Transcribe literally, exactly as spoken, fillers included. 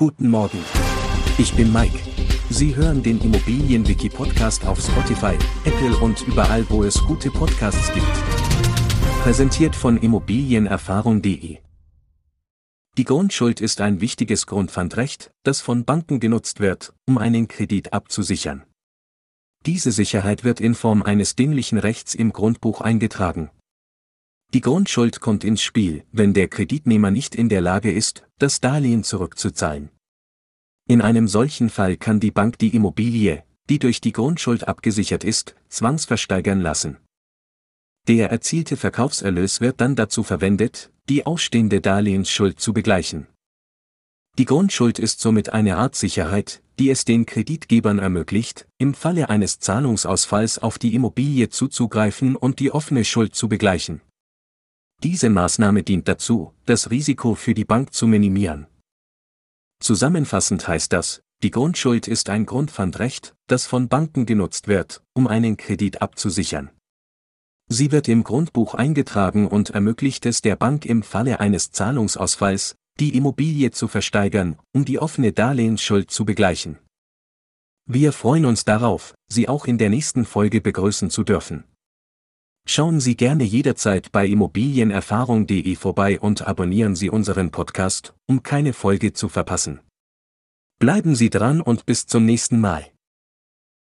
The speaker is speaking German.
Guten Morgen. Ich bin Mike. Sie hören den Immobilienwiki-Podcast auf Spotify, Apple und überall, wo es gute Podcasts gibt. Präsentiert von immobilienerfahrung punkt de. Die Grundschuld ist ein wichtiges Grundpfandrecht, das von Banken genutzt wird, um einen Kredit abzusichern. Diese Sicherheit wird in Form eines dinglichen Rechts im Grundbuch eingetragen. Die Grundschuld kommt ins Spiel, wenn der Kreditnehmer nicht in der Lage ist, das Darlehen zurückzuzahlen. In einem solchen Fall kann die Bank die Immobilie, die durch die Grundschuld abgesichert ist, zwangsversteigern lassen. Der erzielte Verkaufserlös wird dann dazu verwendet, die ausstehende Darlehensschuld zu begleichen. Die Grundschuld ist somit eine Art Sicherheit, die es den Kreditgebern ermöglicht, im Falle eines Zahlungsausfalls auf die Immobilie zuzugreifen und die offene Schuld zu begleichen. Diese Maßnahme dient dazu, das Risiko für die Bank zu minimieren. Zusammenfassend heißt das, die Grundschuld ist ein Grundpfandrecht, das von Banken genutzt wird, um einen Kredit abzusichern. Sie wird im Grundbuch eingetragen und ermöglicht es der Bank im Falle eines Zahlungsausfalls, die Immobilie zu versteigern, um die offene Darlehensschuld zu begleichen. Wir freuen uns darauf, Sie auch in der nächsten Folge begrüßen zu dürfen. Schauen Sie gerne jederzeit bei immobilienerfahrung punkt de vorbei und abonnieren Sie unseren Podcast, um keine Folge zu verpassen. Bleiben Sie dran und bis zum nächsten Mal.